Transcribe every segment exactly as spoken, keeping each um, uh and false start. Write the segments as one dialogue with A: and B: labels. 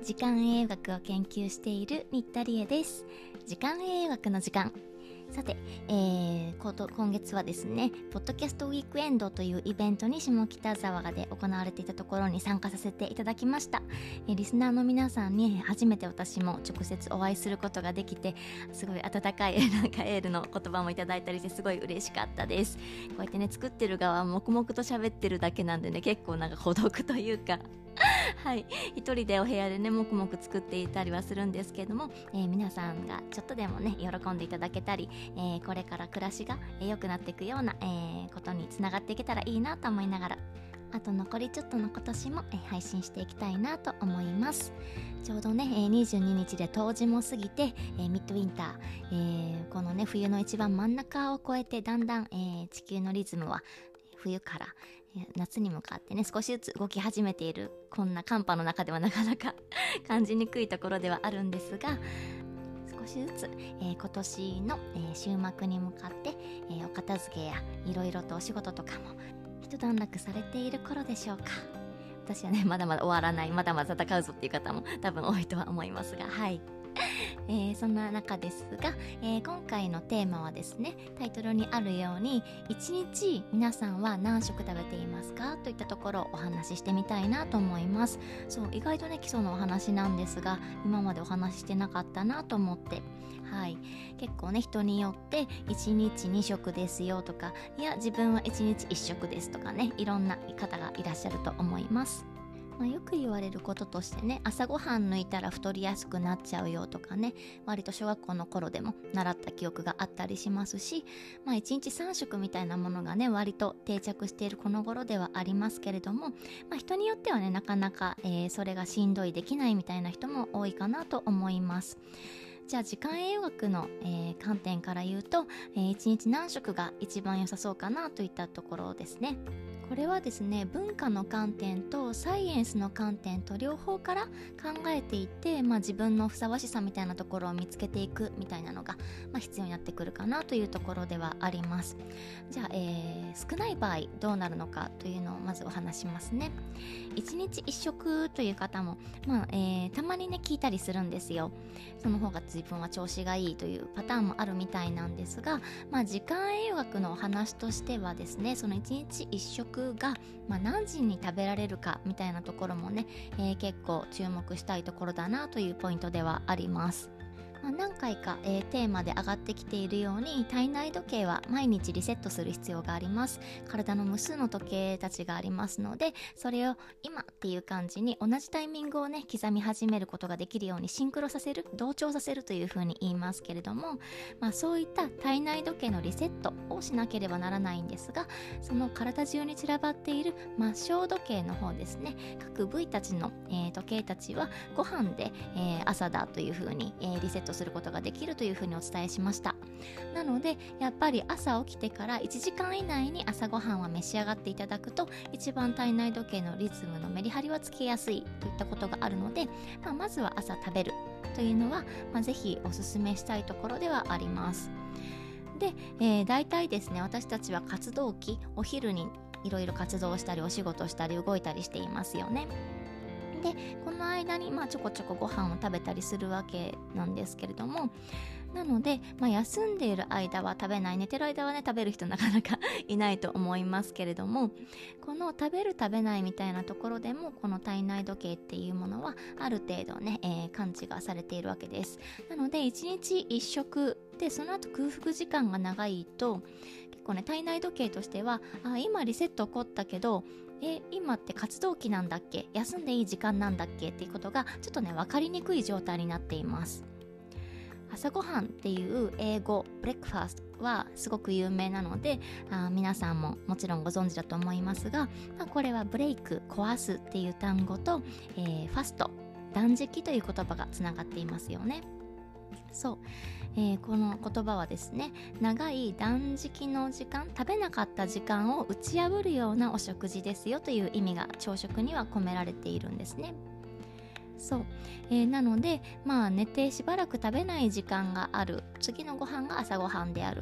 A: 時間栄養学を研究している新田理恵です。時間栄養学の時間。さて、えー、こと今月はですね、ポッドキャストウィークエンドというイベントに下北沢で行われていたところに参加させていただきました。えー、リスナーの皆さんに初めて私も直接お会いすることができて、すごい温かいなんかエールの言葉もいただいたりしてすごい嬉しかったです。こうやってね、作ってる側は黙々と喋ってるだけなんでね、結構なんか孤独というかはい、一人でお部屋でね黙々作っていたりはするんですけれども、えー、皆さんがちょっとでもね喜んでいただけたり、えー、これから暮らしが良くなっていくような、えー、ことにつながっていけたらいいなと思いながら、あと残りちょっとの今年も、えー、配信していきたいなと思います。ちょうどね、えー、にじゅうににちで冬至も過ぎて、えー、ミッドウィンター、えー、このね冬の一番真ん中を越えてだんだん、えー、地球のリズムは冬から夏に向かってね少しずつ動き始めている、こんな寒波の中ではなかなか感じにくいところではあるんですが、少しずつ、えー、今年の、えー、終幕に向かって、えー、お片付けやいろいろとお仕事とかも一段落されている頃でしょうか。私はねまだまだ終わらない、まだまだ戦うぞっていう方も多分多いとは思いますが、はいえー、そんな中ですが、えー、今回のテーマはですね、タイトルにあるようにいちにち皆さんは何食食べていますかといったところをお話ししてみたいなと思います。そう、意外とね基礎のお話なんですが、今までお話ししてなかったなと思って、はい、結構ね人によっていちにちにしょくですよとか、いや自分はいちにちいっしょくですとかね、いろんな方がいらっしゃると思います。まあ、よく言われることとしてね、朝ごはん抜いたら太りやすくなっちゃうよとかね、割と小学校の頃でも習った記憶があったりしますし、まあ、いちにちさんしょくみたいなものがね割と定着しているこの頃ではありますけれども、まあ、人によってはねなかなか、えー、それがしんどいできないみたいな人も多いかなと思います。じゃあ時間栄養学の、えー、観点から言うと、えー、いちにち何食が一番良さそうかなといったところですね。これはですね、文化の観点とサイエンスの観点と両方から考えていって、まあ、自分のふさわしさみたいなところを見つけていくみたいなのが、まあ、必要になってくるかなというところではあります。じゃあ、えー、少ない場合どうなるのかというのをまずお話しますね。いちにちいっしょくという方も、まあえー、たまにね聞いたりするんですよ。その方が自分は調子がいいというパターンもあるみたいなんですが、まあ、時間栄養学のお話としてはですね、そのいちにちいっしょくが、まあ、何時に食べられるかみたいなところもね、えー、結構注目したいところだなというポイントではあります。まあ、何回か、えー、テーマで上がってきているように、体内時計は毎日リセットする必要があります。体の無数の時計たちがありますので、それを今っていう感じに同じタイミングをね刻み始めることができるようにシンクロさせる、同調させるというふうに言いますけれども、まあ、そういった体内時計のリセットをしなければならないんですが、その体中に散らばっている末梢時計の方ですね、各部位たちの、えー、時計たちはご飯で、えー、朝だというふうに、えー、リセットすることができるというふうにお伝えしました。なのでやっぱり朝起きてからいちじかん以内に朝ごはんは召し上がっていただくと、一番体内時計のリズムのメリハリはつけやすいといったことがあるので、まあ、まずは朝食べるというのは、まあ、ぜひおすすめしたいところではあります。で、えー、大体ですね、私たちは活動期、お昼にいろいろ活動したりお仕事したり動いたりしていますよね。でこの間に、まあ、ちょこちょこご飯を食べたりするわけなんですけれども、なので、まあ、休んでいる間は食べない、寝てる間はね食べる人なかなかいないと思いますけれども、この食べる食べないみたいなところでもこの体内時計っていうものはある程度ね、えー、感知がされているわけです。なのでいちにちいっしょくでその後空腹時間が長いと、結構ね体内時計としては、あ今リセット起こったけどえ今って活動期なんだっけ、休んでいい時間なんだっけっていうことがちょっとね分かりにくい状態になっています。朝ごはんっていう英語ブレックファーストはすごく有名なので、あ皆さんももちろんご存知だと思いますが、まあ、これはブレイク、壊すっていう単語と、えー、ファスト、断食という言葉がつながっていますよね。そう、えー、この言葉はですね、長い断食の時間、食べなかった時間を打ち破るようなお食事ですよという意味が朝食には込められているんですね。そう、えー、なので、まあ、寝てしばらく食べない時間がある、次のご飯が朝ごはんである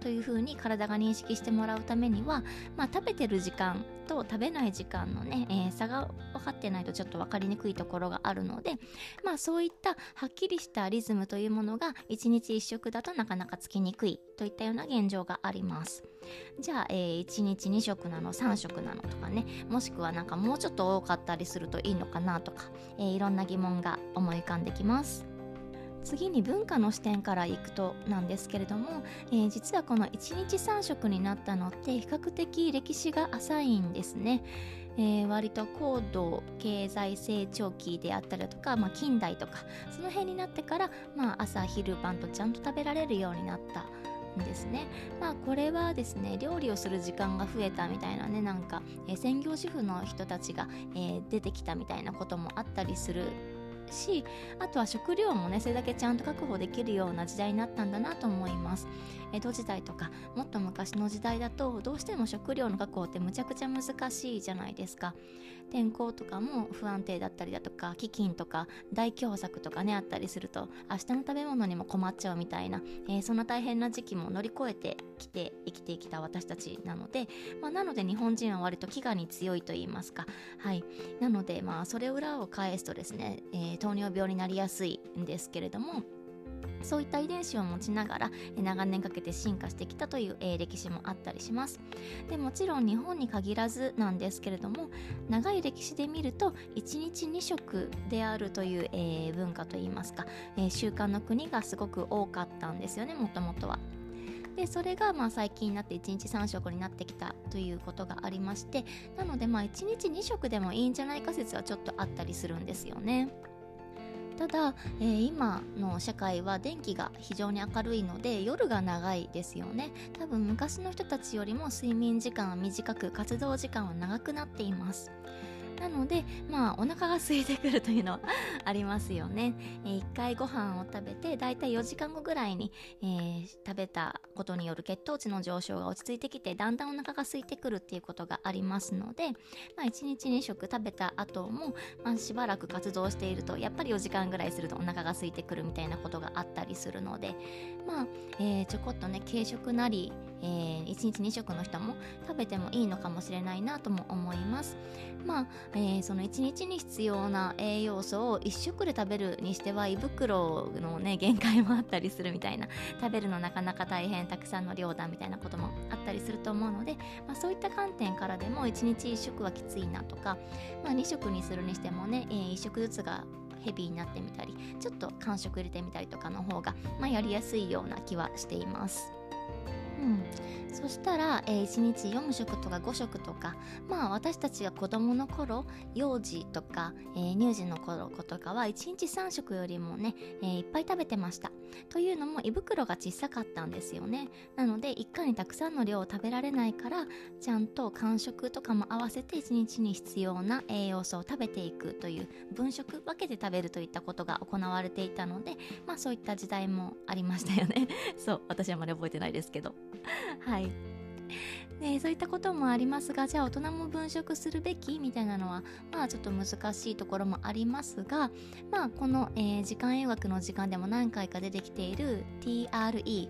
A: というふうに体が認識してもらうためには、まあ、食べてる時間と食べない時間のね、えー、差が分かってないとちょっと分かりにくいところがあるので、まあ、そういったはっきりしたリズムというものがいちにちいっ食だとなかなかつきにくいといったような現状があります。じゃあ、えー、いちにちに食なのさん食なのとかね、もしくはなんかもうちょっと多かったりするといいのかなとか、えー、いろんな疑問が思い浮かんできます。次に文化の視点からいくとなんですけれども、えー、実はこのいちにちさん食になったのって比較的歴史が浅いんですね。えー、割と高度経済成長期であったりだとか、まあ、近代とかその辺になってから、まあ、朝昼晩とちゃんと食べられるようになったんですね。まあこれはですね、料理をする時間が増えたみたいなね、なんか、えー、専業主婦の人たちが、えー、出てきたみたいなこともあったりするし、あとは食料もねそれだけちゃんと確保できるような時代になったんだなと思います。江戸時代とかもっと昔の時代だとどうしても食料の確保ってむちゃくちゃ難しいじゃないですか。天候とかも不安定だったりだとか、飢饉とか大凶作とかねあったりすると明日の食べ物にも困っちゃうみたいな、えー、そんな大変な時期も乗り越えてきて生きてきた私たちなので、まあ、なので日本人は割と飢餓に強いと言いますか、はい、なのでまあそれ裏を返すとですね、えー、糖尿病になりやすいんですけれども、そういった遺伝子を持ちながら長年かけて進化してきたという、えー、歴史もあったりします。でもちろん日本に限らずなんですけれども、長い歴史で見るといちにちに食であるという、えー、文化といいますか、えー、習慣の国がすごく多かったんですよね、もともとは。でそれがまあ最近になっていちにちさん食になってきたということがありまして、なのでまあいちにちに食でもいいんじゃないか説はちょっとあったりするんですよね。ただ、えー、今の社会は電気が非常に明るいので夜が長いですよね。多分昔の人たちよりも睡眠時間は短く活動時間は長くなっています。なのでまあお腹が空いてくるというのはありますよね。えー、いっかいご飯を食べてだいたいよじかんごぐらいに、えー、食べたことによる血糖値の上昇が落ち着いてきてだんだんお腹が空いてくるっていうことがありますので、まあ、いちにちに食食べた後も、まあ、しばらく活動しているとやっぱりよじかんぐらいするとお腹が空いてくるみたいなことがあったりするので、まあえー、ちょこっとね軽食なり、えー、いちにちに食の人も食べてもいいのかもしれないなとも思います。まあえー、そのいちにちに必要な栄養素をいっ食で食べるにしては胃袋のね限界もあったりするみたいな、食べるのなかなか大変、たくさんの量だみたいなこともあったりすると思うので、まあ、そういった観点からでもいちにちいっ食はきついなとか、まあ、に食にするにしてもね、えー、いっ食ずつがヘビーになってみたりちょっと間食入れてみたりとかの方が、まあ、やりやすいような気はしています。うん、そしたら、えー、いちにちよん食とかご食とか、まあ私たちが子供の頃幼児とか、えー、乳児の頃とかはいちにちさん食よりもね、えー、いっぱい食べてました。というのも胃袋が小さかったんですよね。なので一回にたくさんの量を食べられないから、ちゃんと間食とかも合わせていちにちに必要な栄養素を食べていくという分食分けて食べるといったことが行われていたので、まあそういった時代もありましたよねそう、私はあまり覚えてないですけどはいでそういったこともありますが、じゃあ大人も分食するべきみたいなのはまあちょっと難しいところもありますが、まあこの、えー、時間栄学の時間でも何回か出てきている ティーアールイー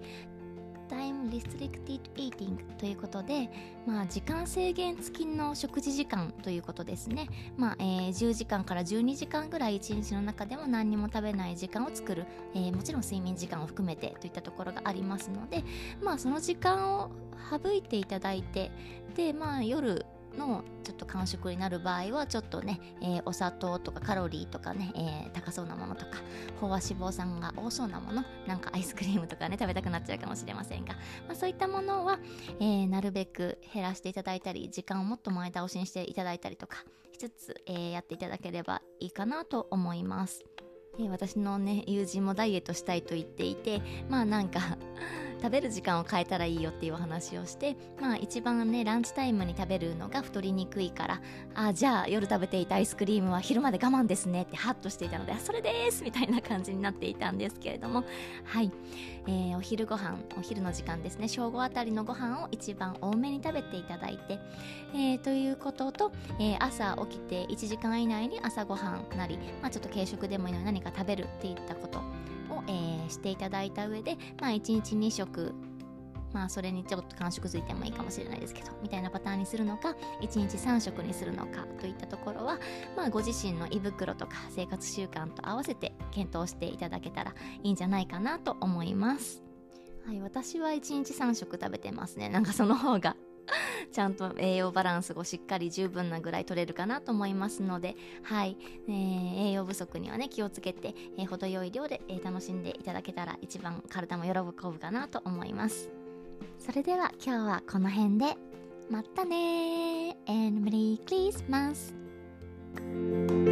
A: Time Restricted Eating ということで、まあ、時間制限付きの食事時間ということですね。まあえー、じゅうじかんからじゅうにじかんぐらいいちにちの中でも何にも食べない時間を作る、えー、もちろん睡眠時間を含めてといったところがありますので、まあ、その時間を省いていただいて、で、まあ、夜のちょっと間食になる場合はちょっとね、えー、お砂糖とかカロリーとかね、えー、高そうなものとか飽和脂肪酸が多そうなもの、なんかアイスクリームとかね食べたくなっちゃうかもしれませんが、まあ、そういったものは、えー、なるべく減らしていただいたり、時間をもっと前倒しにしていただいたりとかしつつ、えー、やっていただければいいかなと思います。えー、私のね友人もダイエットしたいと言っていて、まあなんか食べる時間を変えたらいいよっていうお話をして、まあ一番ねランチタイムに食べるのが太りにくいから、あじゃあ夜食べていたアイスクリームは昼まで我慢ですねってハッとしていたので、それですみたいな感じになっていたんですけれども、はい、えー、お昼ご飯お昼の時間ですね、正午あたりのご飯を一番多めに食べていただいて、えー、ということと、えー、朝起きていちじかん以内に朝ご飯なり、まあ、ちょっと軽食でもいいので何か食べるっていったことを、えー、していただいた上で、まあ、いちにちに食まあそれにちょっと間食ついてもいいかもしれないですけどみたいなパターンにするのか、いちにちさん食にするのかといったところは、まあご自身の胃袋とか生活習慣と合わせて検討していただけたらいいんじゃないかなと思います。はい、私はいちにちさん食食べてますね。なんかその方がちゃんと栄養バランスをしっかり十分なぐらい取れるかなと思いますので、はい、えー、栄養不足にはね気をつけて、えー、程よい量で、えー、楽しんでいただけたら一番体も喜ぶかなと思います。それでは今日はこの辺でまたねー and Merry Christmas。